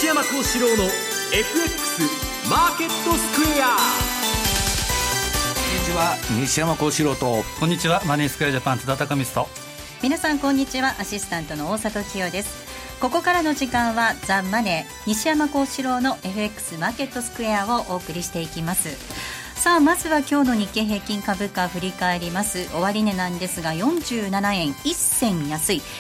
西山幸四郎の FX マーケットスクエア。 こんにちは、西山幸四郎と。 こんにちは、マネースクエアジャパン津田隆光と。 皆さんこんにちは、アシスタントの大里清です。ここからの時間はザ・マネー西山幸四郎の FX マーケットスクエアをお送りしていきます。さあ、まずは今日の日経平均株価振り返ります。終値なんですが47円1銭安い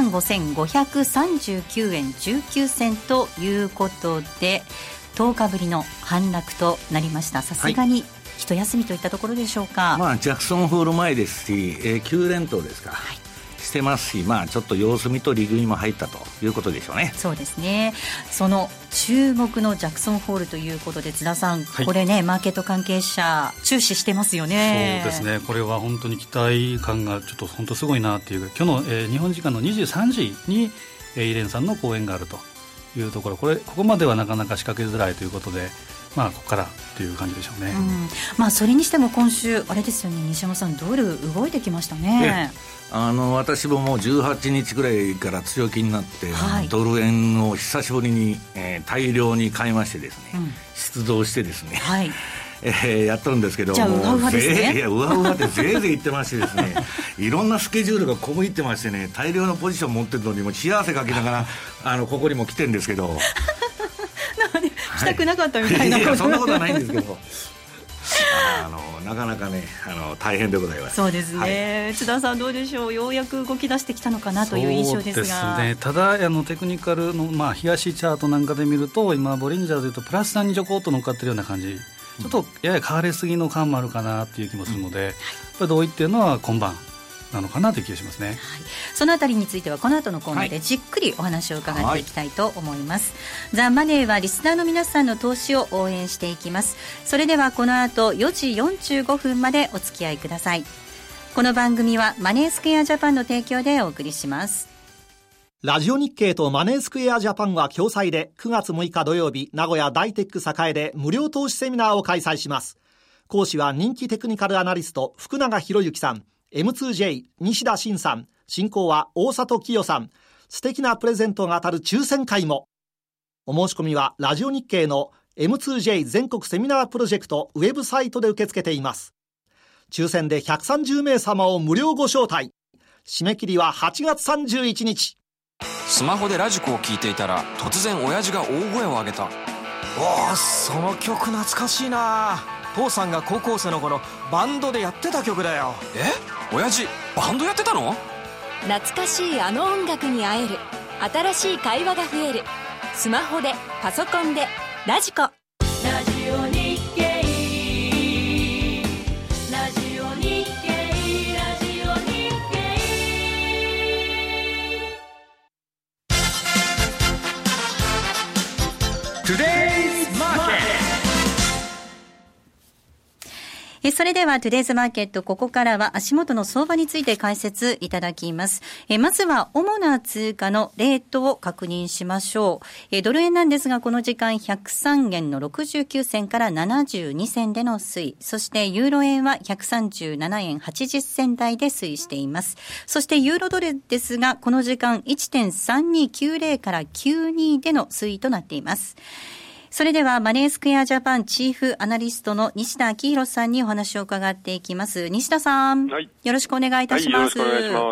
15,539 円19銭ということで、10日ぶりの反落となりました。さすがに一休みといったところでしょうか。 ジャクソンホール前ですし、9連投ですか、してますし、ちょっと様子見と利食いも入ったということでしょうね。 そうですね。その注目のジャクソンホールということで、津田さん、これね、マーケット関係者注視してますよね。 そうですね、これは本当に期待感がちょっと本当すごいなっていう。今日の、日本時間の23時に、イレンさんの講演があるというところ、ここまではなかなか仕掛けづらいということで、ここからという感じでしょうね。 それにしても今週あれですよね、西山さん、ドル動いてきましたね。 私ももう18日ぐらいから強気になって、ドル円を久しぶりに、大量に買いましてですね、出動してですね、やっとるんですけど、 じゃあウハウハですね。 ウハウハってぜいぜい言ってましてですねいろんなスケジュールがここに行ってましてね、大量のポジション持ってるのにもう幸せかけながらここにも来てるんですけど来たくなかったみたいな、 いやそんなことはないんですけどなかなかね大変でございます。 そうですね、津田さんどうでしょう。ようやく動き出してきたのかなという印象ですが。 そうですね、ただテクニカルの、日足チャートなんかで見ると、今ボリンジャーでいうとプラス3にちょこっと乗っかってるような感じ、ちょっとやや買われすぎの感もあるかなという気もするので、同意っていうのは今晩なのかなという気がしますね。 そのあたりについてはこの後のコーナーでじっくりお話を伺っていきたいと思います。ザ・マネーはリスナーの皆さんの投資を応援していきます。それではこの後4時45分までお付き合いください。この番組はマネースクエアジャパンの提供でお送りします。 ラジオ日経とマネースクエアジャパンは共催で、9月6日土曜日、名古屋大テック栄で無料投資セミナーを開催します。講師は人気テクニカルアナリスト福永博之さん、M2J 西田慎さん、進行は大里清さん。素敵なプレゼントが当たる抽選会も。お申し込みはラジオ日経の M2J 全国セミナープロジェクトウェブサイトで受け付けています。抽選で130名様を無料ご招待。締め切りは8月31日。 スマホでラジコを聞いていたら突然親父が大声を上げた。おー、その曲懐かしいな。父さんが高校生の頃バンドでやってた曲だよ。親父バンドやってたの？ 懐かしいあの音楽に会える。新しい会話が増える。スマホでパソコンでラジコ。ラジオ日経、ラジオ日経、ラジオ日経。 Today's Market。 それではトゥデイズマーケット、ここからは足元の相場について解説いただきます。まずは主な通貨のレートを確認しましょう。ドル円なんですが、この時間103円の69銭から72銭での推移、そしてユーロ円は137円80銭台で推移しています。そしてユーロドルですが、この時間 1.3290 から92での推移となっています。それではマネースクエアジャパンチーフアナリストの西田明宏さんにお話を伺っていきます。西田さん、よろしくお願いいたします。 よろしくお願いします。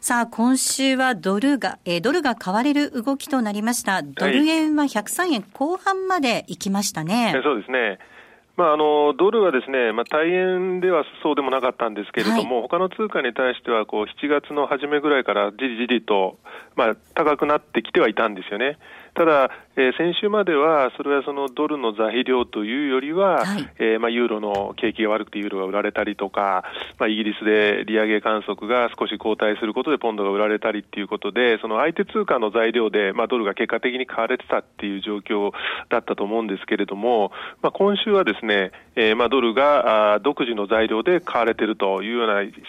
さあ、今週はドルが買われる動きとなりました。ドル円は103円後半まで行きましたね。 そうですね。ドルはですね、大円ではそうでもなかったんですけれども、他の通貨に対しては7月の初めぐらいからじりじりと、高くなってきてはいたんですよね。ただ、先週まではそれはそのドルの座肥量というよりは、ユーロの景気が悪くてユーロが売られたりとか、イギリスで利上げ観測が少し後退することでポンドが売られたりっていうことで、その相手通貨の材料で、ドルが結果的に買われてたっていう状況だったと思うんですけれども、今週はですね、ドルが独自の材料で買われているというような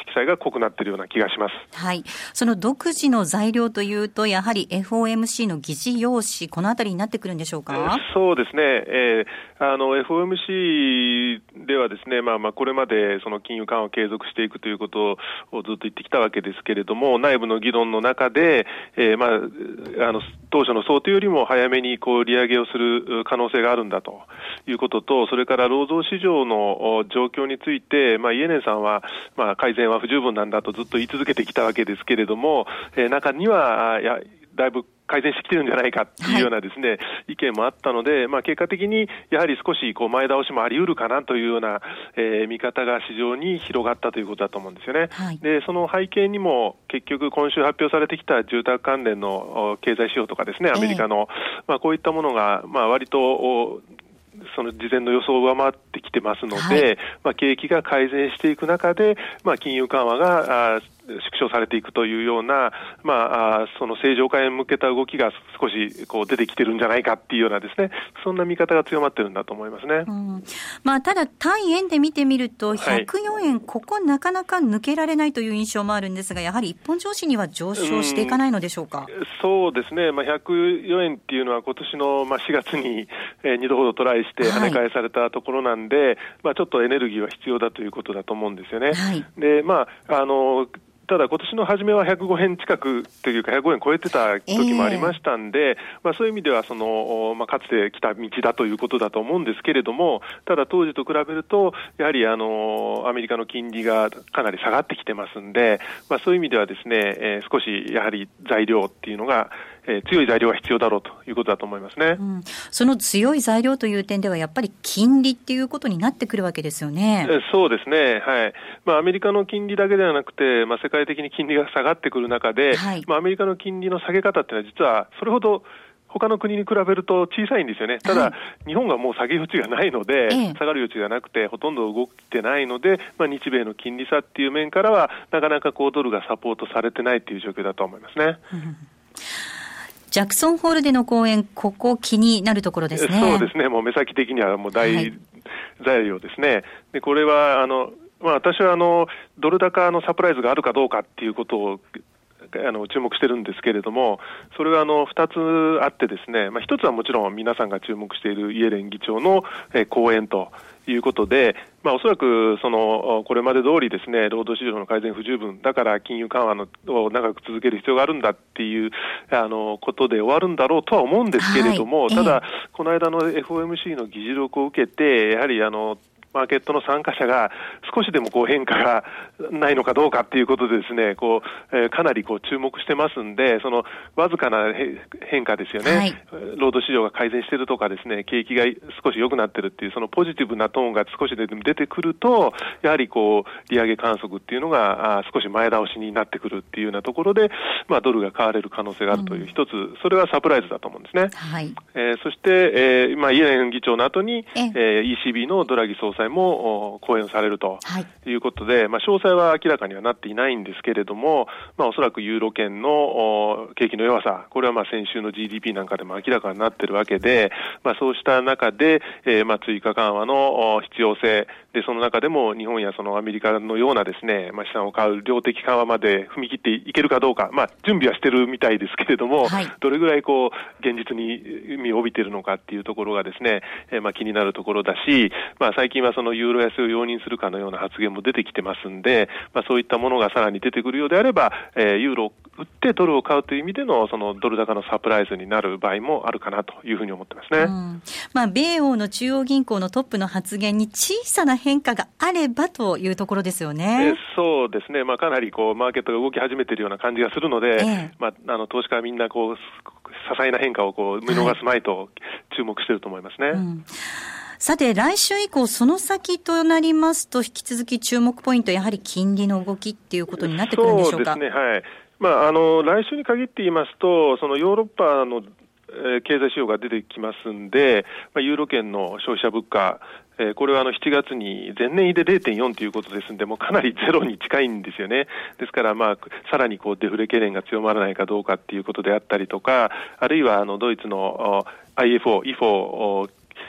色彩が濃くなっているような気がします。 はい。その独自の材料というと、やはり FOMC の議事要旨、このあたりになってくるんでしょうか。 そうですね。FOMC ではですね、これまでその金融緩和を継続していくということをずっと言ってきたわけですけれども、内部の議論の中で、当初の想定よりも早めに利上げをする可能性があるんだということと、それから労働市場の状況について、イエレンさんは、改善は不十分なんだとずっと言い続けてきたわけですけれども、中にはだいぶ改善してきてるんじゃないかっていうようなですね、意見もあったので、結果的にやはり少し前倒しもあり得るかなというような、見方が市場に広がったということだと思うんですよね。で、その背景にも結局今週発表されてきた住宅関連の経済指標とかですね、アメリカの、こういったものが割とその事前の予想を上回ってきてますので、景気が改善していく中で、金融緩和が縮小されていくというような、その正常化へ向けた動きが少し出てきてるんじゃないかっていうようなですね、そんな見方が強まってるんだと思いますね。 ただ対円で見てみると104円、ここなかなか抜けられないという印象もあるんですが、やはり一本調子には上昇していかないのでしょうか。 そうですね、104円っていうのは今年の4月に2度ほどトライして跳ね返されたところなんで、ちょっとエネルギーは必要だということだと思うんですよね。で、ただ今年の初めは105円近くというか105円超えてた時もありましたんで、そういう意味ではかつて来た道だということだと思うんですけれども、ただ当時と比べるとやはりアメリカの金利がかなり下がってきてますんで、そういう意味ではですね、少しやはり材料っていうのが強い材料が必要だろうということだと思いますね。 その強い材料という点ではやっぱり金利っていうことになってくるわけですよね。 そうですね。はい。アメリカの金利だけではなくて、世界的に金利が下がってくる中で、アメリカの金利の下げ方っていうのは実はそれほど他の国に比べると小さいんですよね。ただ、日本がもう下げ余地がないので、下がる余地がなくてほとんど動いてないので、日米の金利差っていう面からはなかなかドルがサポートされてないっていう状況だと思いますね。 ジャクソンホールでの講演、ここ気になるところですね。 そうですね。もう目先的にはもう大材料ですね。で、これは私はドル高のサプライズがあるかどうかっていうことを注目してるんですけれども、それは2つあってですね、1つはもちろん皆さんが注目しているイエレン議長の講演ということで、おそらくこれまで通りですね、労働市場の改善不十分だから金融緩和を長く続ける必要があるんだっていうことで終わるんだろうとは思うんですけれども、ただこの間の FOMC の議事録を受けて、やはりマーケットの参加者が少しでも変化がないのかどうかっていうことでですね、かなり注目してますんで、そのわずかな変化ですよね、労働市場が改善しているとかですね、景気が少し良くなっているっていうそのポジティブなトーンが少しでも出てくると、やはり利上げ観測っていうのが少し前倒しになってくるっていうようなところで、ドルが買われる可能性があるという一つ、それはサプライズだと思うんですね。そして、イエレン議長の後に、ECB のドラギ総裁も講演されるということで、詳細は明らかにはなっていないんですけれども、おそらくユーロ圏の景気の弱さ、これは先週の GDP なんかでも明らかになっているわけで、そうした中で、追加緩和の必要性で、その中でも日本やアメリカのようなですね、資産を買う量的緩和まで踏み切っていけるかどうか、準備はしてるみたいですけれども、どれぐらい現実に身を帯びているのかっていうところがですね、気になるところだし、最近はユーロ安を容認するかのような発言も出てきてますんで、そういったものがさらに出てくるようであれば、ユーロを売ってドルを買うという意味でのドル高のサプライズになる場合もあるかなというふうに思ってますね。 米欧の中央銀行のトップの発言に小さな変化があればというところですよね。 そうですね。かなりマーケットが動き始めているような感じがするので、投資家はみんな些細な変化を見逃すまいと注目していると思いますね。 さて来週以降その先となりますと、引き続き注目ポイント、やはり金利の動きっていうことになってくるんでしょうか。 そうですね。はい。来週に限って言いますと、ヨーロッパの経済指標が出てきますんで、ユーロ圏の消費者物価、これは7月に前年比で 0.4 ということですので、もうかなりゼロに近いんですよね。ですからさらにデフレ懸念が強まらないかどうかっていうことであったりとか、あるいはドイツのIFO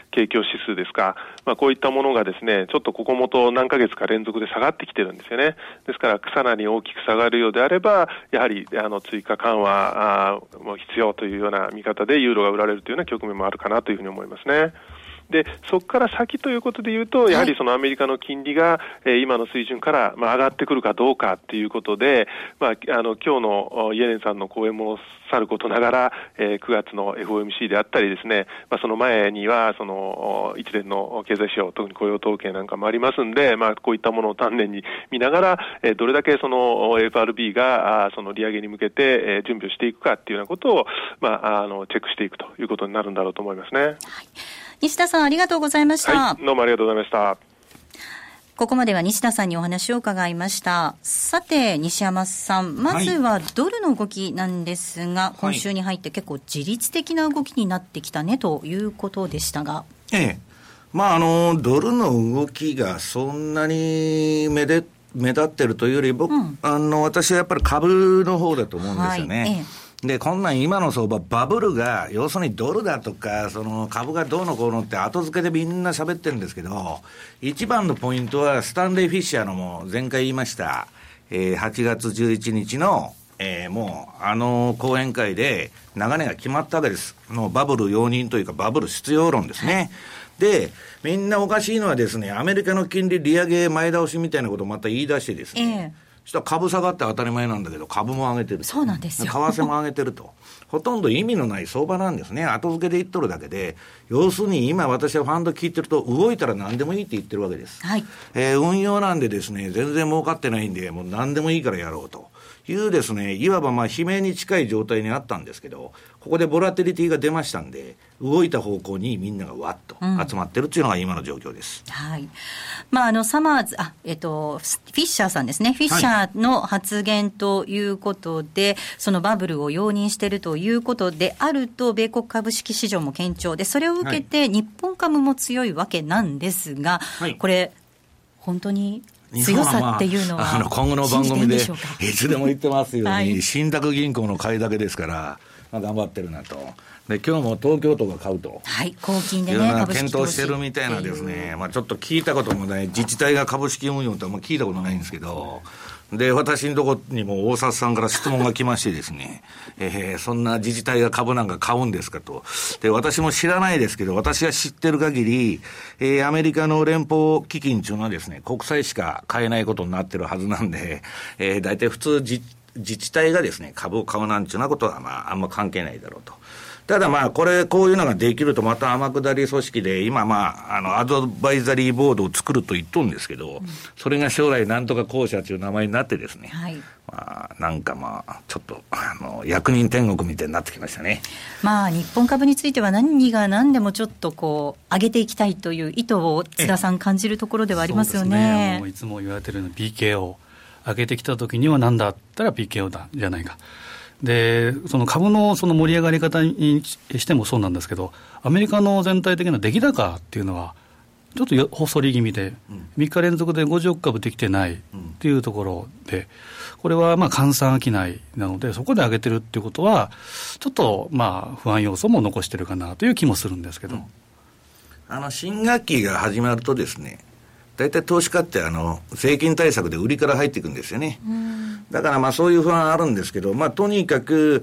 景況指数ですか、こういったものがですね、ちょっとここもと何ヶ月か連続で下がってきてるんですよね。ですからさらに大きく下がるようであれば、やはり追加緩和も必要というような見方でユーロが売られるというような局面もあるかなというふうに思いますね。で、そこから先ということで言うと、やはりそのアメリカの金利が、今の水準から、上がってくるかどうかということで、今日のイエレンさんの講演もさることながら、9月の FOMC であったりですね、その前にはその一連の経済指標、特に雇用統計なんかもありますんで、こういったものを丹念に見ながら、どれだけその FRB がその利上げに向けて準備をしていくかっていうようなことを、チェックしていくということになるんだろうと思いますね。はい、 西田さん、ありがとうございました。 はい、どうもありがとうございました。 ここまでは西田さんにお話を伺いました。さて、西山さん、まずはドルの動きなんですが、今週に入って結構自律的な動きになってきたねということでしたが。 ドルの動きがそんなに目立ってるというより、私はやっぱり株の方だと思うんですよね。で、こんなん今の相場、バブルが、要するにドルだとか、その株がどうのこうのって後付けでみんな喋ってるんですけど、一番のポイントは、スタンレー・フィッシャーのも前回言いました、8月11日の、もう講演会で流れが決まったわけです。バブル容認というか、バブル必要論ですね。で、みんなおかしいのはですね、アメリカの金利利上げ前倒しみたいなことをまた言い出してですね、そしたら株下がって当たり前なんだけど、株も上げてる。 そうなんですよ。 為替も上げてると。ほとんど意味のない相場なんですね。後付けで言っとるだけで、要するに今私はファンド聞いてると、動いたら何でもいいって言ってるわけです。運用なんでですね、全然儲かってないんで、もう何でもいいからやろうというですね、いわば悲鳴に近い状態にあったんですけど、ここでボラティリティが出ましたんで、動いた方向にみんながわっと集まってるっていうのが今の状況です。 はい。サマーズ、フィッシャーさんですね。フィッシャーの発言ということで、そのバブルを容認しているということであると、米国株式市場も堅調で、それを受けて日本株も強いわけなんですが、これ、本当に強さっていうのは今後の番組でいつでも言ってますように、信託銀行の買いだけですから、頑張ってるなと。で、今日も東京都が買うと。 公金でね、 株式検討してるみたいなですね、ちょっと聞いたこともない、自治体が株式運用って聞いたことないんですけど、で、私のとこにも大札さんから質問が来ましてですね、そんな自治体が株なんか買うんですかと。で、私も知らないですけど、私が知ってる限り、アメリカの連邦基金っていうのはですね、国債しか買えないことになってるはずなんで、大体普通自治体がですね、株を買うなんていうようなことはあんま関係ないだろうと。ただこういうのができるとまた天下り組織で今アドバイザリーボードを作ると言っとるんですけど、それが将来なんとか公社という名前になってですね、ちょっと役人天国みたいになってきましたね。 日本株については何が何でもちょっと上げていきたいという意図を津田さん感じるところではありますよね。 そうですね。もういつも言われてるように PKO 上げてきた時には何だったら PKO だじゃないか。で、その株のその盛り上がり方にしてもそうなんですけど、アメリカの全体的な出来高っていうのはちょっと細り気味で、3日連続で50億株できてないっていうところで、これは換算商いなので、そこで上げてるっていうことはちょっと不安要素も残してるかなという気もするんですけど、 新学期が始まるとですね、大体投資家って税金対策で売りから入っていくんですよね。だからそういう不安あるんですけど、とにかく、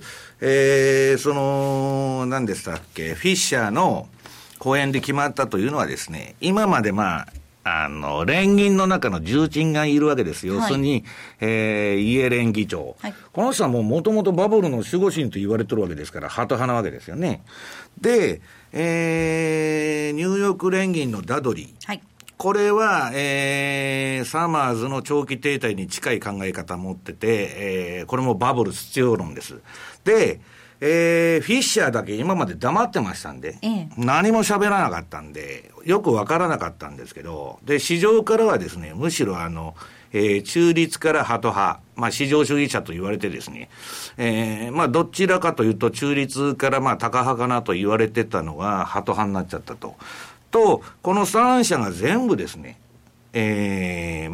何でしたっけ、フィッシャーの講演で決まったというのはですね、今まで連銀の中の重鎮がいるわけです。要するに、イエレン議長。この人はもともとバブルの守護神と言われてるわけですから、ハト派なわけですよね。で、ニューヨーク連銀のダドリー。これは、サマーズの長期停滞に近い考え方を持ってて、これもバブル必要論です。で、フィッシャーだけ今まで黙ってましたんで、何も喋らなかったんで、よくわからなかったんですけど、で、市場からはですね、むしろ中立からハト派、市場主義者と言われてですね、どちらかというと中立からタカ派かなと言われてたのがハト派になっちゃったと。この3社が全部ですね、緩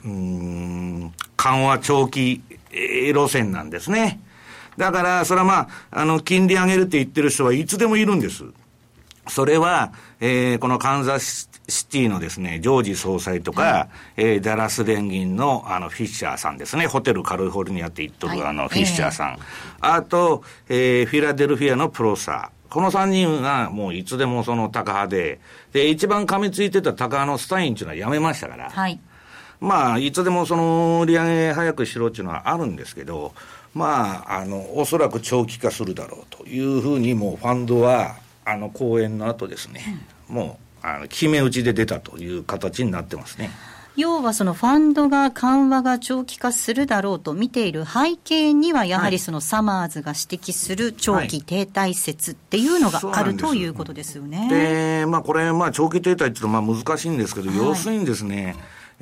和長期路線なんですね。だから、それは金利上げるって言ってる人はいつでもいるんです。 それは、このカンザスシティのですね、ジョージ総裁とか、ダラス連銀のフィッシャーさんですね、ホテルカリフォルニアって言っとるフィッシャーさん、あと、フィラデルフィアのプロサー、この3人がもういつでもそのタカ派で、一番噛みついてたタカ派のスタインっていうのは辞めましたから、はい、まあ、いつでもその売り上げ早くしろっていうのはあるんですけど、まあ、おそらく長期化するだろうというふうに、もうファンドは、講演の後ですね、もう決め打ちで出たという形になってますね。 要はそのファンドが緩和が長期化するだろうと見ている背景には、やはりそのサマーズが指摘する長期停滞説っていうのがある、ということですよね。 で、まあ、これ、まあ、長期停滞っていうとまあ難しいんですけど、要するにですね、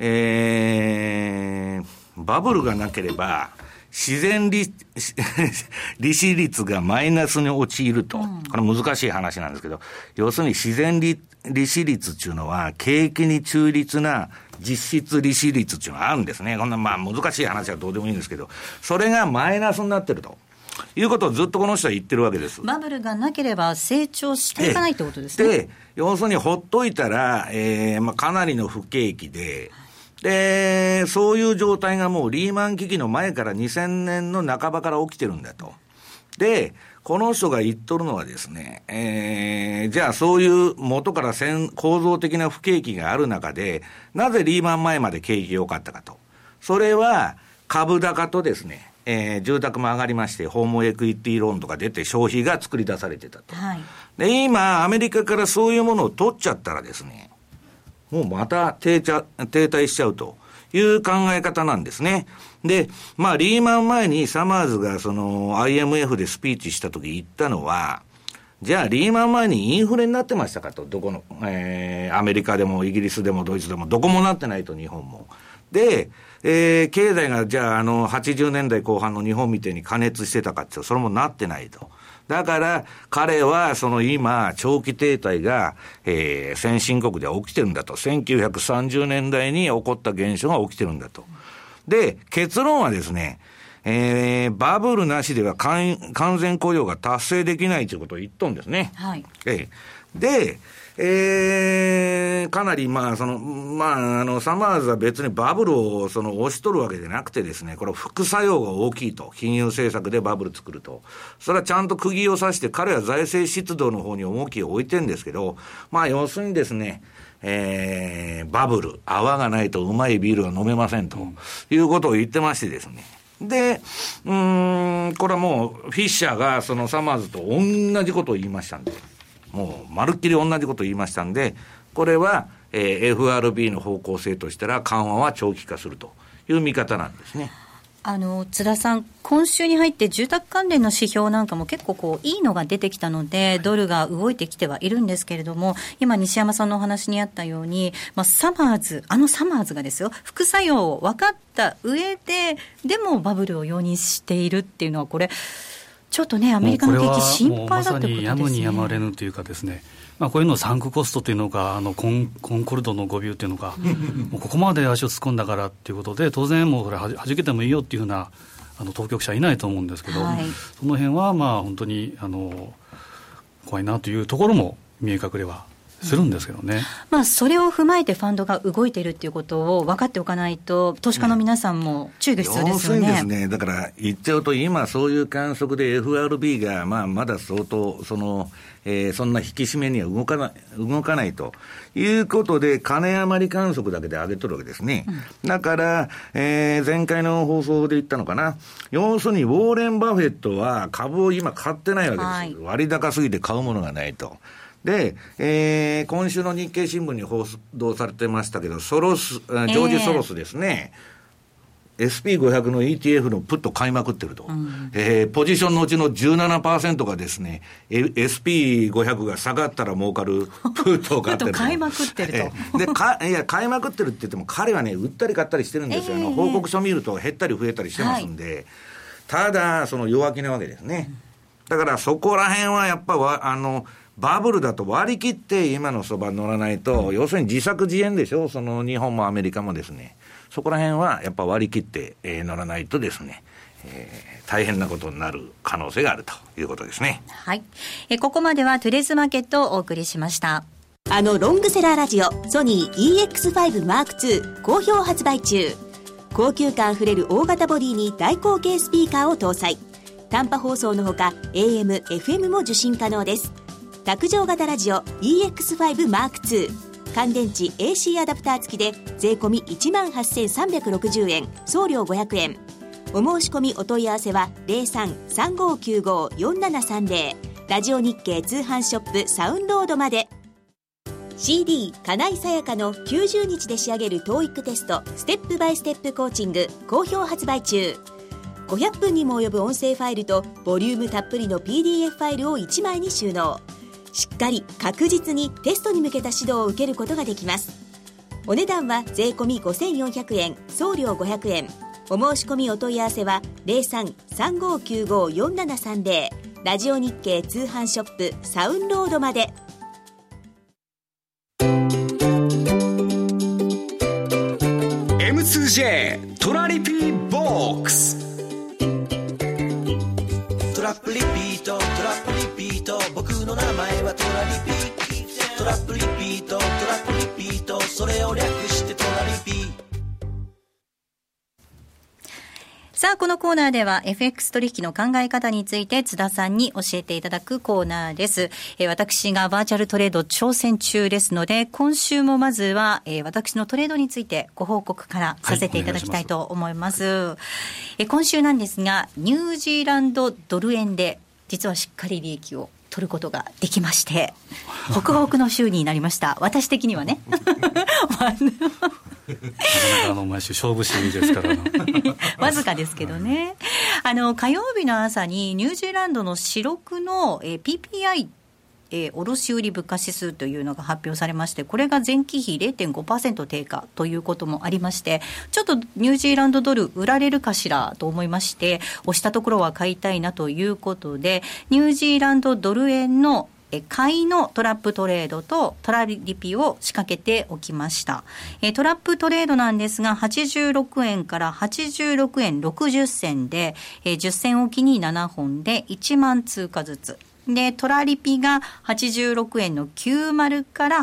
バブルがなければ自然利子率がマイナスに陥ると、これ難しい話なんですけど、要するに自然利子率っていうのは景気に中立な実質利子率っていうのがあるんですね。こんなまあ難しい話はどうでもいいんですけど、それがマイナスになってるということをずっとこの人は言ってるわけです。 バブルがなければ成長していかないってことですね。 で、要するにほっといたら、まあ、かなりの不景気で、そういう状態がもうリーマン危機の前から2000年の半ばから起きてるんだと。で、この人が言っとるのはですね、じゃあそういう元から構造的な不景気がある中で、なぜリーマン前まで景気良かったかと。それは株高とですね、住宅も上がりまして、ホームエクイティローンとか出て消費が作り出されてたと。はい、で、今、アメリカからそういうものを取っちゃったらですね、もうまた停滞しちゃうという考え方なんですね。で、まあ、リーマン前にサマーズがその IMF でスピーチしたとき言ったのは、じゃあリーマン前にインフレになってましたかと、どこの、アメリカでもイギリスでもドイツでもどこもなってないと、日本も。で、経済がじゃあ80年代後半の日本みたいに過熱してたかって、それもなってないと。だから彼はその今長期停滞が、先進国では起きてるんだと。1930年代に起こった現象が起きてるんだと。で、結論はですね、バブルなしでは完全雇用が達成できないということを言っとんですね。はい。で、かなりサマーズは別にバブルを押し取るわけじゃなくてですね、これ副作用が大きいと。金融政策でバブル作ると。それはちゃんと釘を刺して、彼は財政出動の方に重きを置いてるんですけど、まあ要するにですね、バブル、泡がないとうまいビールが飲めませんということを言ってましてですね。で、これはもうフィッシャーがそのサマーズと同じことを言いましたんで、もうまるっきり同じことを言いましたんで、これは、FRB の方向性としたら緩和は長期化するという見方なんですね。 津田さん、今週に入って住宅関連の指標なんかも結構いいのが出てきたので、ドルが動いてきてはいるんですけれども、今西山さんのお話にあったように、サマーズがですよ、副作用を分かった上ででもバブルを容認しているっていうのは、これちょっとね、アメリカの景気心配だってことですね。 まさにやむにやまれぬというかですね、こういうのをサンクコストというのか、コンコルドの誤謬というのか、もうここまで足を突っ込んだからということで、当然もうこれはじけてもいいよっていうふうな当局者はいないと思うんですけど、はい、その辺は本当に怖いなというところも見え隠れはするんですけどね。 それを踏まえてファンドが動いているということを分かっておかないと、投資家の皆さんも注意が必要ですよね。 要するにですね、だから言っちゃうと、今そういう観測で FRB がまだ相当そんな引き締めには動かないということで、金余り観測だけで上げとるわけですね。だから、前回の放送で言ったのかな、要するにウォーレン・バフェットは株を今買ってないわけです。はい、割高すぎて買うものがないと。で、今週の日経新聞に報道されてましたけど、ジョージ・ソロスですね、SP500 の ETF のプット買いまくってると、ポジションのうちの 17% がですね、SP500 が下がったら儲かるプットを買ってると。 買いまくってると。 で、買いまくってるって言っても、彼はね、売ったり買ったりしてるんですよ。報告書見ると減ったり増えたりしてますんで、はい、ただ、弱気なわけですね。だからそこら辺はやっぱバブルだと割り切って今の相場に乗らないと、要するに自作自演でしょ、日本もアメリカもですね。そこら辺はやっぱ割り切って、乗らないとですね、 大変なことになる可能性があるということですね。 はい。ここまではトゥデイズマーケットをお送りしました。 ロングセラーラジオソニー EX5 M2 好評発売中。高級感あふれる大型ボディに大口径スピーカーを搭載。短波放送のほか AM、FM も受信可能です。卓上型ラジオ EX5 M2 乾電池 AC アダプター付きで税込 18,360 円、送料500円。お申し込みお問い合わせは 03-3595-4730 ラジオ日経通販ショップサウンロードまで。 CD 金井さやかの90日で仕上げる TOEIC テストステップバイステップコーチング好評発売中。500分にも及ぶ音声ファイルとボリュームたっぷりの PDF ファイルを1枚に収納。しっかり確実にテストに向けた指導を受けることができます。お値段は税込 5,400 円、送料500円。お申し込みお問い合わせは 03-3595-4730 ラジオ日経通販ショップサウンロードまで。 M2J トラリピーボックス。 トラップリピートトラップリピート、僕の名前はトラリピ。トラップリピートトラップリピート、それを略してトラリピ。 さあ、このコーナーでは FX 取引の考え方について津田さんに教えていただくコーナーです。私がバーチャルトレード挑戦中ですので、今週もまずは、私のトレードについてご報告からさせていただきたいと思います。今週なんですが、ニュージーランドドル円で実はしっかり利益を取ることができまして、ホクホクの週になりました。私的にはね。 なかなか毎週勝負師ですからわずかですけどね。火曜日の朝にニュージーランドの四六の、PPI卸売物価指数というのが発表されまして、これが前期比 0.5% 低下ということもありまして、ちょっとニュージーランドドル売られるかしらと思いまして、押したところは買いたいなということで、ニュージーランドドル円の買いのトラップトレードとトラリピを仕掛けておきました。トラップトレードなんですが、86円から86円60銭で、10銭おきに7本で1万通貨ずつ。で、トラリピが86円の90から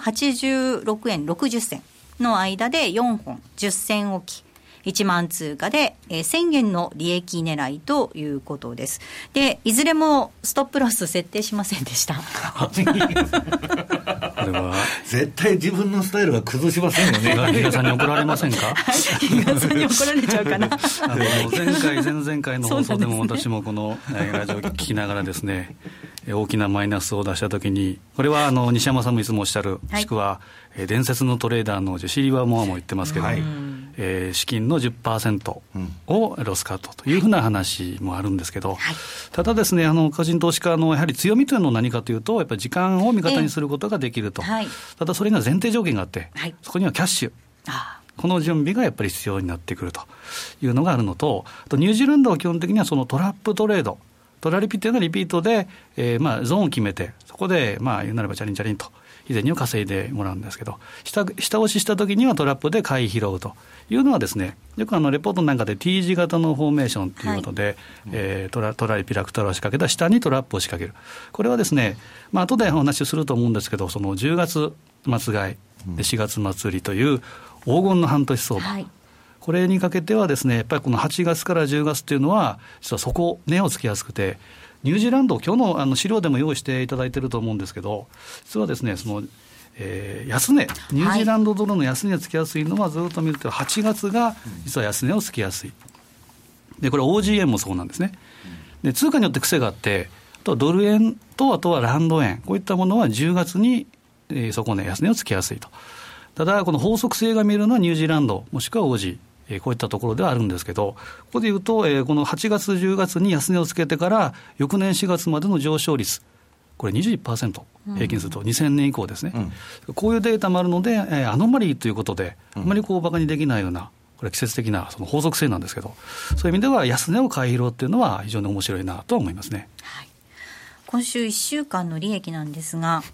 86円60銭の間で4本10銭おき。1万通貨で、1000円の利益狙いということです。で、いずれもストップロス設定しませんでした。 これは絶対自分のスタイルは崩しませんよね。 比嘉さんに怒られませんか？ 比嘉さんに怒られちゃうかな。 前回前々回の放送でも私もこのラジオを聞きながらですね、大きなマイナスを出したときに、これは西山さんもいつもおっしゃる、もしくは伝説のトレーダーのジェシー・リバーモアも言ってますけど、資金の 10% をロスカットというふうな話もあるんですけど、ただですね、個人投資家のやはり強みというのは何かというと、やっぱり時間を味方にすることができると、ただそれには前提条件があって、そこにはキャッシュ、この準備がやっぱり必要になってくるというのがあるのと、あとニュージーランドは基本的にはそのトラップトレード、トラリピというのはリピートで、ゾーンを決めて、そこで言うなればチャリンチャリンと日銭を稼いでもらうんですけど、下押ししたときにはトラップで買い拾うというのはですね、よくレポートなんかで T 字型のフォーメーションということで、トラリピラクトラを仕掛けた下にトラップを仕掛ける。これはですね、後でお話しすると思うんですけど、その10月末買いで4月末売りという黄金の半年相場、これにかけてはですね、やっぱりこの8月から10月というのは実はそこ値をつけやすくて、ニュージーランド、今日の資料でも用意していただいていると思うんですけど、実はですね、その安値、ニュージーランドドルの安値をつけやすいのはずっと見ると8月が実は安値をつけやすい。でこれ OG 円もそうなんですね。で通貨によって癖があって、ドル円とあとはランド円、こういったものは10月にそこね安値をつけやすいと。ただこの法則性が見えるのはニュージーランドもしくは OG、こういったところではあるんですけど、ここでいうと、この8月10月に安値をつけてから翌年4月までの上昇率、これ 21% 平均すると2000年以降ですね、こういうデータもあるので、アノマリーということであまりバカにできないような、これ季節的なその法則性なんですけど、そういう意味では安値を買い拾うっていうのは非常に面白いなと思いますね。 今週1週間の利益なんですが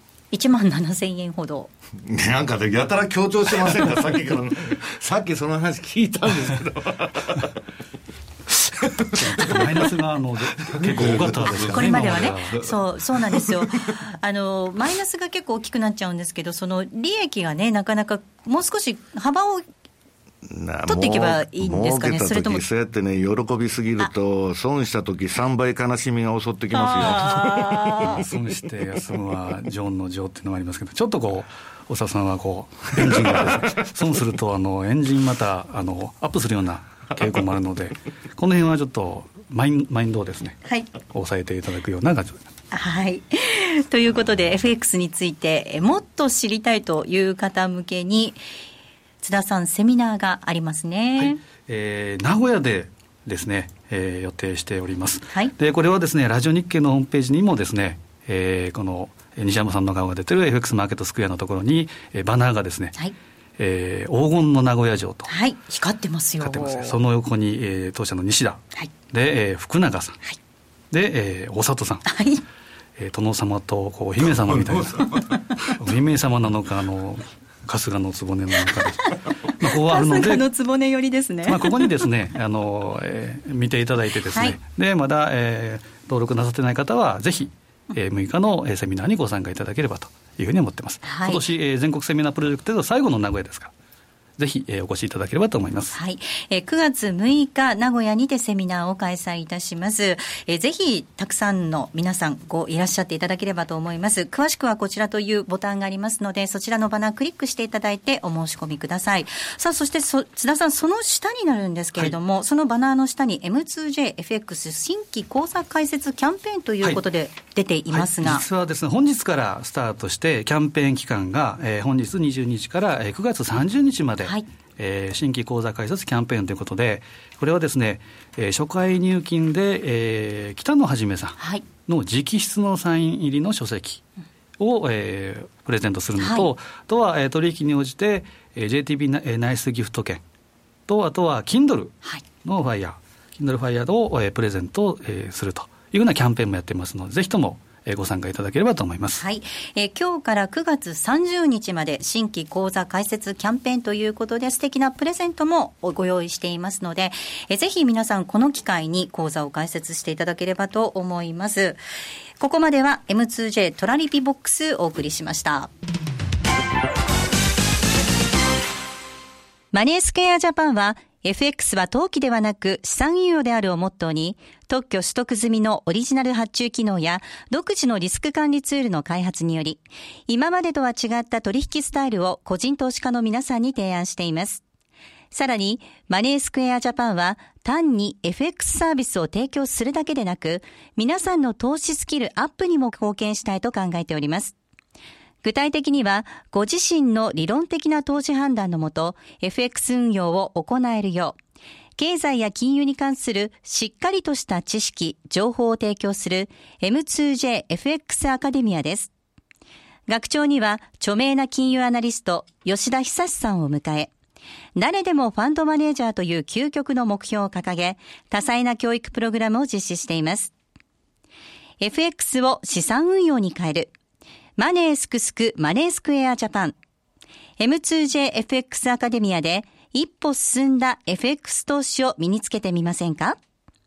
1万7000円ほど。 なんかやたら強調してませんか？さっきからさっきその話聞いたんですけどちょっとマイナスが結構多かったですからね。 これまではね、そうなんですよ。マイナスが結構大きくなっちゃうんですけど、その利益がね、なかなかもう少し幅を取っていけばいいんですかね。それともそうやってね、喜びすぎると損した時3倍悲しみが襲ってきますよ。 損して休むはジョンのジョーっていうのもありますけど、ちょっとこう大沢さんはこうエンジンがですね、損するとエンジンまたアップするような傾向もあるので、この辺はちょっとマインドをですね、はい、抑えていただくような感じです。 はい、ということで FX についてもっと知りたいという方向けに津田さんセミナーがありますね。 はい、名古屋でですね、予定しております。 はい、 でこれはですねラジオ日経のホームページにもですね、この西山さんの顔が出てる FX マーケットスクエアのところに、バナーがですね、はい、黄金の名古屋城と、 はい、光ってますよ。 光ってます。その横に、当社の西田、はい、で、福永さん、はい、で、大里さん、はい、殿様とこうお姫様みたいなお姫様なのか春日の局なのかですここあるので、 春日の局寄りですね。 ここにですね見ていただいてですね、はい、でまだ、登録なさってない方はぜひ、6日のセミナーにご参加いただければというふうに思ってます。はい、今年、全国セミナープロジェクトで最後の名古屋ですからぜひ、お越しいただければと思います。 はい、9月6日名古屋にてセミナーを開催いたします。ぜひたくさんの皆さんいらっしゃっていただければと思います。詳しくはこちらというボタンがありますので、そちらのバナークリックしていただいてお申し込みください。さあそして津田さん、その下になるんですけれども、はい、そのバナーの下に M2JFX 新規口座開設キャンペーンということで出ていますが、 はいはい、実はですね本日からスタートしてキャンペーン期間が、本日20日から9月30日まで、はい、新規口座開設キャンペーンということで、これはですね、初回入金で、北野はじめさんの直筆のサイン入りの書籍を、プレゼントするのと、はい、あとは、取引に応じて、JTB ナイスギフト券と、あとは Kindle のファイヤー、Kindle ファイヤーを、プレゼント、するというようなキャンペーンもやってますので、ぜひともご参加いただければと思います。 はい、今日から9月30日まで新規口座開設キャンペーンということで素敵なプレゼントもご用意していますので、ぜひ皆さんこの機会に口座を開設していただければと思います。ここまでは M2J トラリピボックスお送りしました。マネースクエアジャパンはFX は投機ではなく資産運用であるをモットーに、特許取得済みのオリジナル発注機能や独自のリスク管理ツールの開発により、今までとは違った取引スタイルを個人投資家の皆さんに提案しています。さらに、マネースクエアジャパンは単に FX サービスを提供するだけでなく、皆さんの投資スキルアップにも貢献したいと考えております。具体的には、ご自身の理論的な投資判断のもと、FX 運用を行えるよう、経済や金融に関するしっかりとした知識、情報を提供する M2JFX アカデミアです。学長には、著名な金融アナリスト、吉田久さんを迎え、誰でもファンドマネージャーという究極の目標を掲げ、多彩な教育プログラムを実施しています。FX を資産運用に変える。マネースクスクマネースクエアジャパン M2JFX アカデミアで一歩進んだ FX 投資を身につけてみませんか？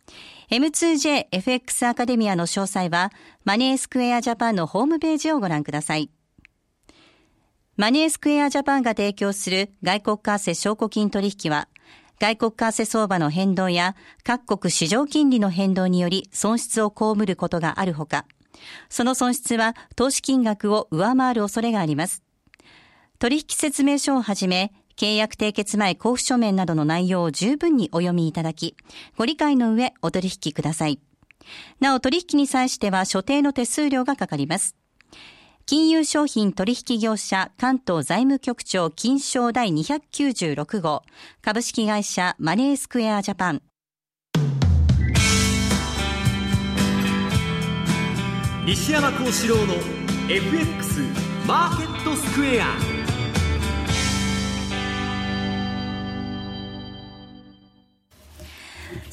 M2JFX アカデミアの詳細はマネースクエアジャパンのホームページをご覧ください。マネースクエアジャパンが提供する外国為替証拠金取引は、外国為替相場の変動や各国市場金利の変動により損失を被ることがあるほか、その損失は投資金額を上回る恐れがあります。取引説明書をはじめ、契約締結前交付書面などの内容を十分にお読みいただき、ご理解の上お取引ください。なお取引に際しては所定の手数料がかかります。金融商品取引業者関東財務局長金商第296号株式会社マネースクエアジャパン。 西山幸四郎の FX マーケットスクエア。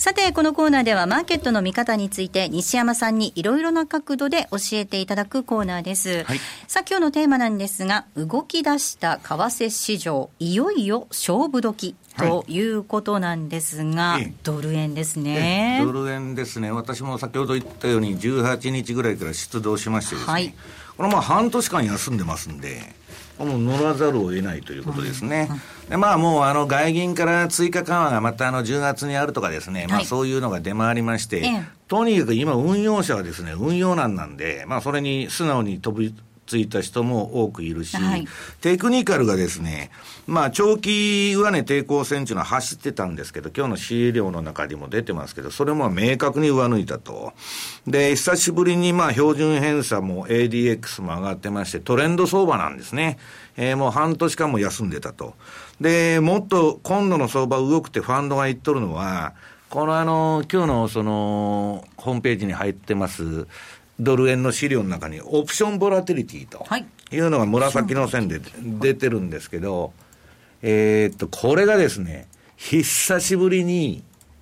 さてこのコーナーではマーケットの見方について西山さんにいろいろな角度で教えていただくコーナーです、はい、さあ今日のテーマなんですが、動き出した為替市場いよいよ勝負時ということなんですが、はい、ドル円ですね。 ドル円ですね。私も先ほど言ったように18日ぐらいから出動しましてですね、はい、これ半年間休んでますんでもう乗らざるを得ないということですね、でもう外銀から追加緩和がまた10月にあるとかですね、そういうのが出回りまして、とにかく今運用者はですね運用難なんで、それに素直に飛びついた人も多くいるし、テクニカルがですね、長期上値抵抗線というのは走ってたんですけど、今日の資料の中にも出てますけど、それも明確に上抜いたと。で、久しぶりに標準偏差も ADX も上がってまして、トレンド相場なんですね。もう半年間も休んでたと。で、もっと今度の相場動くってファンドが言っとるのは、この今日のホームページに入ってますドル円の資料の中にオプションボラティリティというのが紫の線で出てるんですけど、これがですね久しぶりに、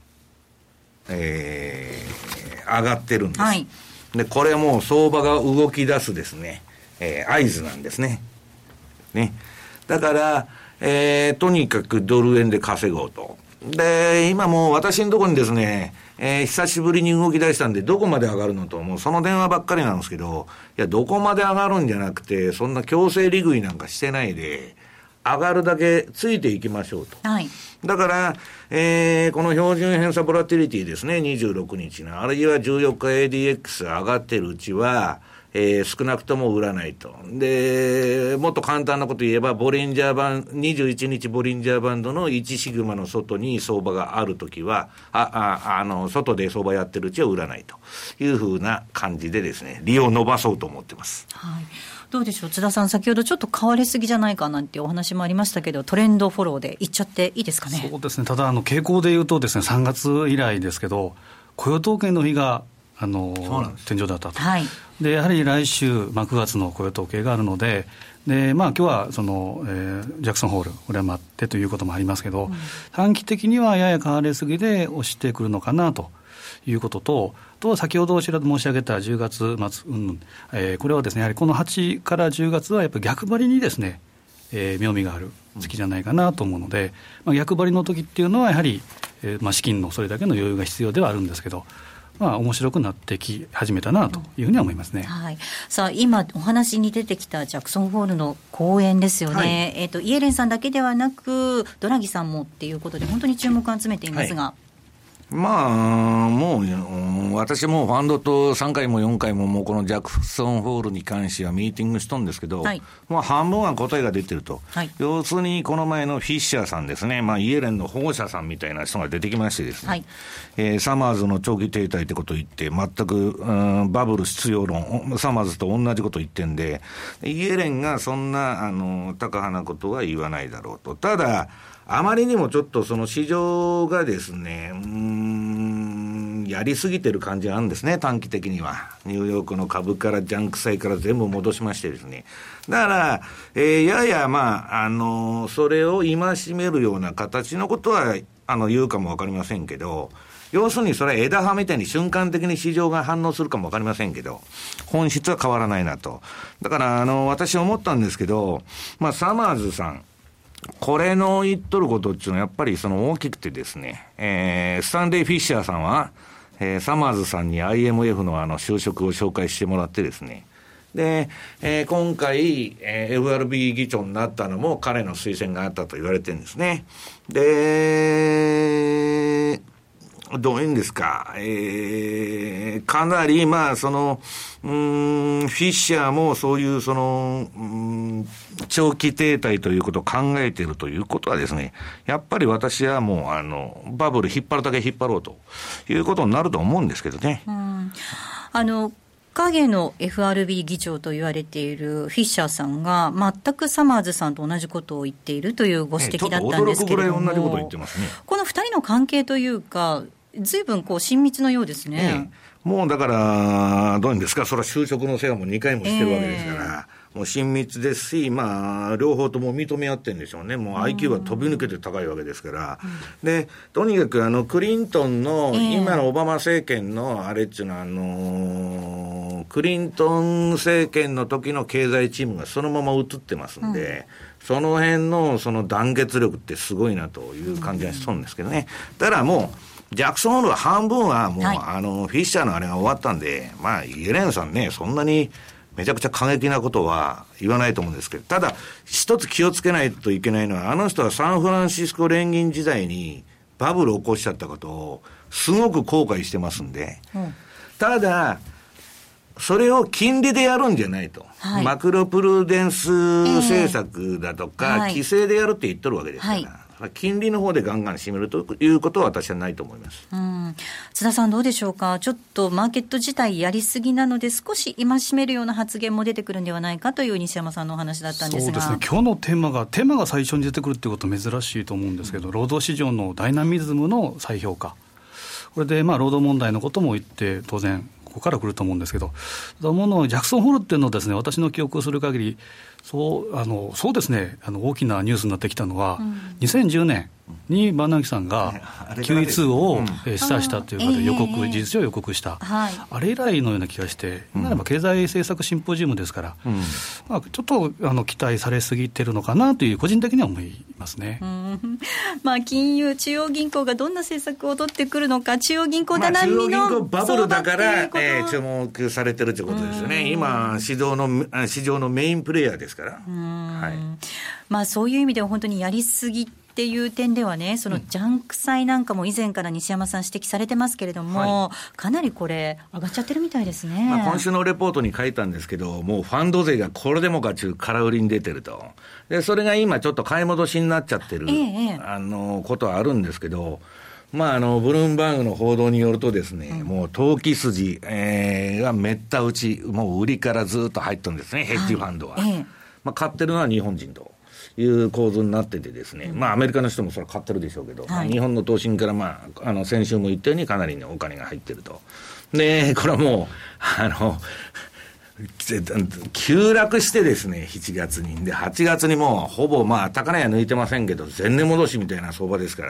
上がってるんです、はい、でこれはもう相場が動き出すですね、合図なんですね。だから、とにかくドル円で稼ごうと。で今もう私のところにですね久しぶりに動き出したんでどこまで上がるのと、もうその電話ばっかりなんですけど、いやどこまで上がるんじゃなくて、そんな強制利食いなんかしてないで上がるだけついていきましょうと、はい、だから、この標準偏差ボラティリティですね、26日のあるいは14日 ADX 上がってるうちは少なくとも売らないと。で、もっと簡単なこと言えば、21日ボリンジャーバンドの1シグマの外に相場があるときは、外で相場やってるうちは売らないというふうな感じでですね、利を伸ばそうと思ってます。 はい。どうでしょう、津田さん、先ほどちょっと買われすぎじゃないかなんてお話もありましたけど、トレンドフォローでいっちゃっていいですかね。 そうですね。ただ傾向でいうとですね、3月以来ですけど、雇用統計の日が天井だったと、はい、でやはり来週、9月の雇用統計があるので、で、今日はジャクソンホールこれは待ってということもありますけど、短期的にはやや買われすぎで押してくるのかなということと、あとは先ほど申し上げた10月末、これはですねやはりこの8から10月はやっぱり逆張りにですね、妙味がある月じゃないかなと思うので、逆張りの時っていうのはやはり、資金のそれだけの余裕が必要ではあるんですけど、面白くなってき始めたなというふうには思いますね。 はい、さあ今お話に出てきたジャクソンホールの講演ですよね、はい、イエレンさんだけではなくドラギさんもっていうことで本当に注目を集めていますが、はい、 もう私もファンドと3回も4回ももうこのジャクソンホールに関してはミーティングしとんですけど、はい、半分は答えが出てると、はい、要するにこの前のフィッシャーさんですね、イエレンの保護者さんみたいな人が出てきましてですね、はい、サマーズの長期停滞ってことを言って全く、バブル必要論サマーズと同じことを言ってんで、イエレンがそんな高派なことは言わないだろうと。ただあまりにもちょっとその市場がですねやりすぎてる感じがあるんですね。短期的にはニューヨークの株からジャンク債から全部戻しましてですね、だから、ややそれを戒めるような形のことは言うかもわかりませんけど、要するにそれは枝葉みたいに瞬間的に市場が反応するかもわかりませんけど、本質は変わらないなと。だから私思ったんですけど、サマーズさんこれの言っとることっていうのはやっぱり大きくてですね、スタンレー・フィッシャーさんは、サマーズさんに IMF の就職を紹介してもらってですね、で、今回、FRB 議長になったのも彼の推薦があったと言われてるんですね。で、どういうんですか、かなりフィッシャーもそういう長期停滞ということを考えているということはですね、やっぱり私はもうバブル引っ張るだけ引っ張ろうということになると思うんですけどね。 影の FRB 議長と言われているフィッシャーさんが全くサマーズさんと同じことを言っているというご指摘だったんですけれども、 ちょっと驚くぐらい同じことを言ってますね。 この2人の関係というかずいぶん親密のようですね。 もうだからどういうんですか、それは就職の世話も2回もしてるわけですから、 もう親密ですし、まあ、両方とも認め合ってるんでしょうね。もう IQ は飛び抜けて高いわけですから。で、とにかくクリントンの、今のオバマ政権のあれっていうのは、クリントン政権の時の経済チームがそのまま映ってますんで、その辺のその団結力ってすごいなという感じがしそうなんですけどね。だからもう、ジャクソンホールは半分はもう、フィッシャーのあれが終わったんで、まあ、イエレンさんね、そんなにめちゃくちゃ過激なことは言わないと思うんですけど、ただ、一つ気をつけないといけないのは、あの人はサンフランシスコ連銀時代にバブルを起こしちゃったことを、すごく後悔してますんで、ただ、それを金利でやるんじゃないと。マクロプルデンス政策だとか、規制でやるって言っとるわけですから、金利の方でガンガン締めるということは私はないと思います。 津田さんどうでしょうか。ちょっとマーケット自体やりすぎなので、少し戒めるような発言も出てくるんではないかという西山さんのお話だったんですが。 そうですね。今日のテーマが最初に出てくるってことは珍しいと思うんですけど、労働市場のダイナミズムの再評価。これで労働問題のことも言って当然ここから来ると思うんですけど、ジャクソンホールっていうのはですね、私の記憶をする限り、そうですね、大きなニュースになってきたのは、2010年にバーナンキさんが QE2 を示唆したというかで事実上予告した、あれ以来のような気がして、今経済政策シンポジウムですから、ちょっと期待されすぎてるのかなという個人的には思いますね。 金融中央銀行がどんな政策を取ってくるのか、中央銀行頼みの中央銀行バブルだから、注目されてるということですよね。今市場のメインプレイヤーですから。 そういう意味では本当にやりすぎっていう点ではね、そのジャンク債なんかも以前から西山さん指摘されてますけれども、かなりこれ上がっちゃってるみたいですね。 今週のレポートに書いたんですけど、もうファンド税がこれでもかという空売りに出てると。でそれが今ちょっと買い戻しになっちゃってる、ことはあるんですけど、ブルームバーグの報道によるとですね、もう投機筋、がめった打ち、もう売りからずっと入ってるんですね、ヘッジファンドは。買ってるのは日本人という構図になっててですね、アメリカの人もそれ買ってるでしょうけど、日本の投資家から先週も言ったようにかなりのお金が入ってると。で、これはもう、急落してですね、7月に。で、8月にもうほぼ高値は抜いてませんけど、前年戻しみたいな相場ですから、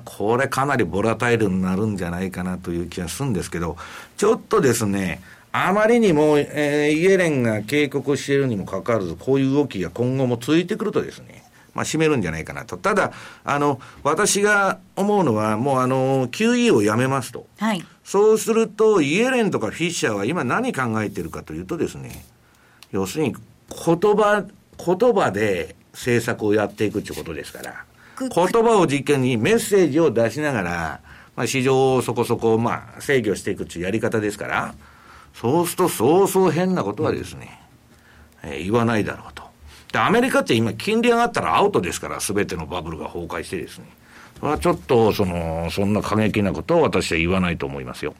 これかなりボラタイルになるんじゃないかなという気がするんですけど、ちょっとですね、あまりにも、イエレンが警告しているにもかかわらず、こういう動きが今後も続いてくるとですね、締めるんじゃないかなと。ただ、私が思うのは、もうQE をやめますと。そうすると、イエレンとかフィッシャーは今何考えているかというとですね、要するに言葉で政策をやっていくということですから、言葉を実験にメッセージを出しながら、市場をそこそこ制御していくというやり方ですから、そうするとそうそう変なことはですね、言わないだろうと。で、アメリカって今金利上がったらアウトですから、すべてのバブルが崩壊してですね、それはちょっとそんな過激なことを私は言わないと思いますよ。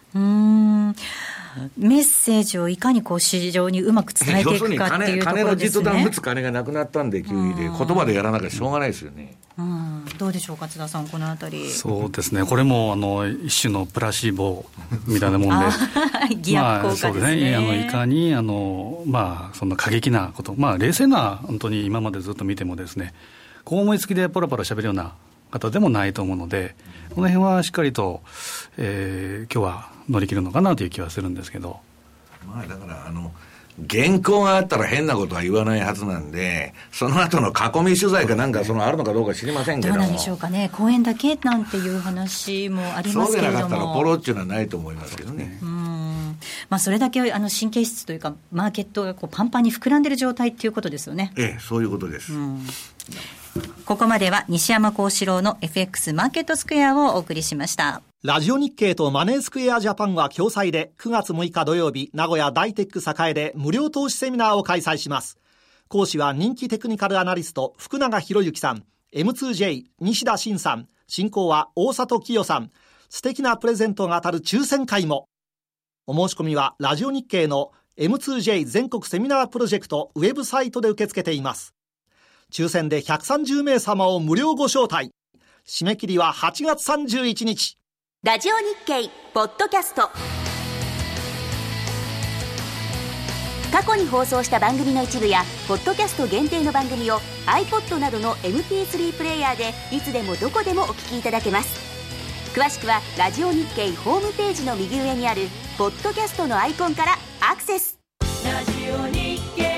メッセージをいかに市場にうまく伝えていくかっていうところですね。金の実弾打つ金がなくなったんで、QE で言葉でやらなきゃしょうがないですよね。 どうでしょうか、津田さん、このあたり。 そうですね、これも一種のプラシーボみたいなもんで偽薬効果ですね。 そうですね、いかにそんな過激なこと、冷静な本当に今までずっと見てもですね、思いつきでポロポロ喋るような方でもないと思うので、この辺はしっかりと、今日は乗り切るのかなという気はするんですけど、 だから原稿があったら変なことは言わないはずなんで、その後の囲み取材かなんかあるのかどうか知りませんけど、 どうなんでしょうかね、講演だけなんていう話もありますけれども、そうでなかったらポロっていうのはないと思いますけどね。 それだけ神経質というかマーケットがパンパンに膨らんでいる状態ということですよね。 そういうことです。 ここまでは西山幸四郎の FX マーケットスクエアをお送りしました。 ラジオ日経とマネースクエアジャパンは共催で9月6日土曜日、名古屋大テック栄で無料投資セミナーを開催します。講師は人気テクニカルアナリスト福永博之さん、 M2J 西田慎さん、進行は大里清さん。素敵なプレゼントが当たる抽選会も。お申し込みはラジオ日経の M2J 全国セミナープロジェクトウェブサイトで受け付けています。抽選で130名様を無料ご招待。締め切りは8月31日。 ラジオ日経ポッドキャスト。 過去に放送した番組の一部やポッドキャスト限定の番組を iPod などの MP3 プレイヤーでいつでもどこでもお聞きいただけます。詳しくはラジオ日経ホームページの右上にあるポッドキャストのアイコンからアクセス。 ラジオ日経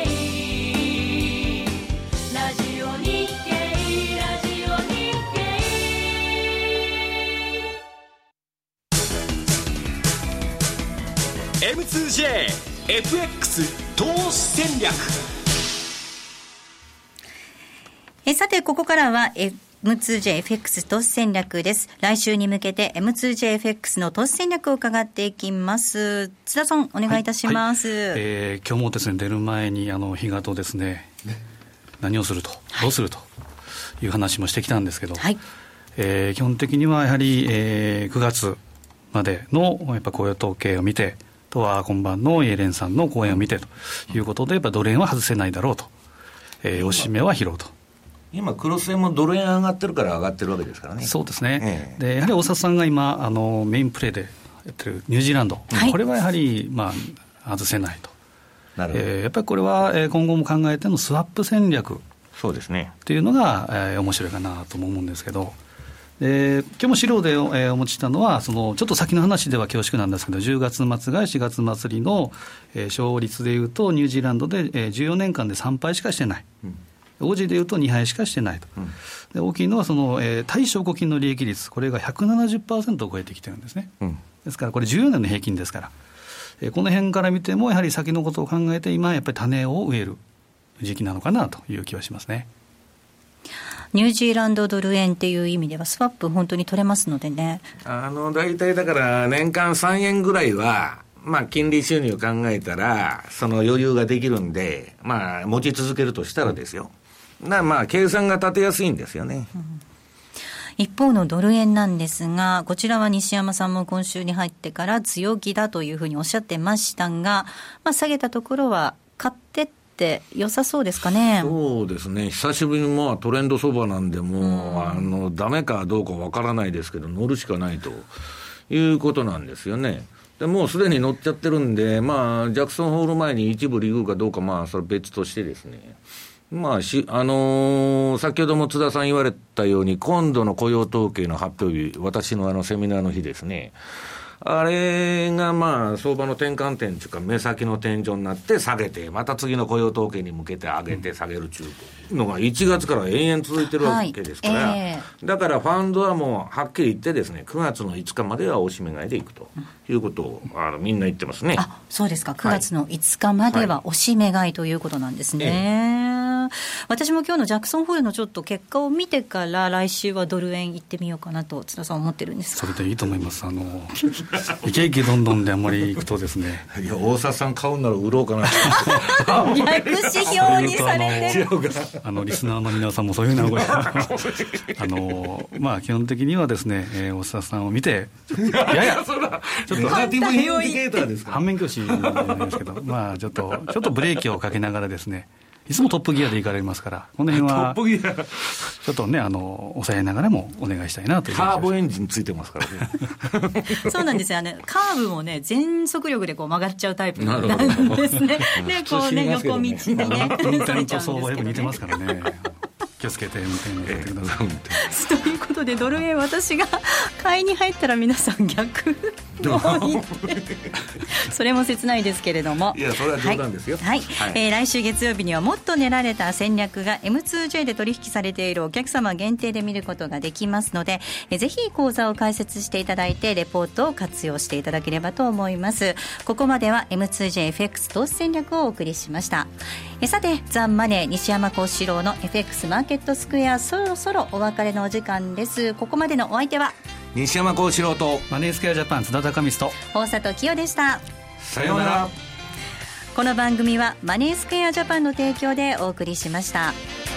ラジオ日経ラジオ日経 M2JFX 投資戦略。 さてここからはM2JFX 投資戦略です。来週に向けて M2JFX の投資戦略を伺っていきます。津田さんお願いいたします。 今日もですね出る前に日嘉とですね何をすると、どうするという話もしてきたんですけど、基本的にはやはり、9月までのやっぱ雇用統計を見て、あとは今晩のイエレンさんの講演を見てということで、やっぱドル円は外せないだろうと、おしめは拾うと。 今クロス円もドル円上がってるから上がってるわけですからね。 そうですね、でやはり大里さんが今メインプレーでやってるニュージーランド、これはやはり、外せないと。なるほど。やっぱりこれは今後も考えてのスワップ戦略そうですねというのが、面白いかなとも思うんですけど、今日も資料で、お持ちしたのはちょっと先の話では恐縮なんですけど、10月末が4月末の、勝率でいうとニュージーランドで、14年間で3敗しかしてない、オージーでいうと2敗しかしてないと、で大きいのは対証拠金の利益率、これが 170% を超えてきてるんですね、ですからこれ14年の平均ですから、この辺から見てもやはり先のことを考えて今やっぱり種を植える時期なのかなという気はしますね。 ニュージーランドドル円っていう意味ではスワップ本当に取れますのでね。 大体だから年間3円ぐらいは金利収入を考えたらその余裕ができるんで、持ち続けるとしたらですよ、計算が立てやすいんですよね、 一方のドル円なんですが、こちらは西山さんも今週に入ってから強気だというふうにおっしゃってましたが、下げたところは買ってって良さそうですかね。 そうですね、久しぶりにトレンド相場なんでもう、ダメかどうかわからないですけど乗るしかないということなんですよね。でもうすでに乗っちゃってるんで、ジャクソンホール前に一部利食うかどうかそれ別としてですね、先ほども津田さん言われたように今度の雇用統計の発表日、私のセミナーの日ですね、あれが相場の転換点というか目先の天井になって下げて、また次の雇用統計に向けて上げて下げるというのが1月から延々続いてるわけですから、だからファンドはもうはっきり言ってですね、9月の5日まではおしめ買いでいくということをみんな言ってますね。 そうですか、9月の5日まではおしめ買いということなんですね、私も今日のジャクソンホールのちょっと結果を見てから来週はドル円行ってみようかなと津田さん思ってるんですか。 それでいいと思います。イケイケどんどんであんまり行くとですねいや大佐さん買うなら売ろうかな逆指標にされてリスナーの皆さんもそういうのは基本的にはですね、大佐さんを見てちょっとネガティブインディケーターですか、反面教師なんですけどちょっとブレーキをかけながらですね、いつもトップギアで行かれますから、この辺はちょっとね抑えながらもお願いしたいなという。 ターボエンジンついてますからねそうなんですよね、カーブもね全速力で曲がっちゃうタイプなんですね。で横道にね運転と相場よく似てますからね気をつけて運転やってください、 ということでドル円私が買いに入ったら皆さん逆それも切ないですけれども、 いやそれは冗談ですよ、 来週月曜日にはもっと練られた戦略が M2J で取引されているお客様限定で見ることができますので、ぜひ講座を開設していただいてレポートを活用していただければと思います。ここまでは M2JFX 投資戦略をお送りしました。さてザンマネー西山幸四郎の FX マーケットスクエア、そろそろお別れのお時間です。ここまでのお相手は西山幸四郎とマネースクエアジャパン津田貴光と大里清でした。 さようなら。 この番組はマネースクエアジャパンの提供でお送りしました。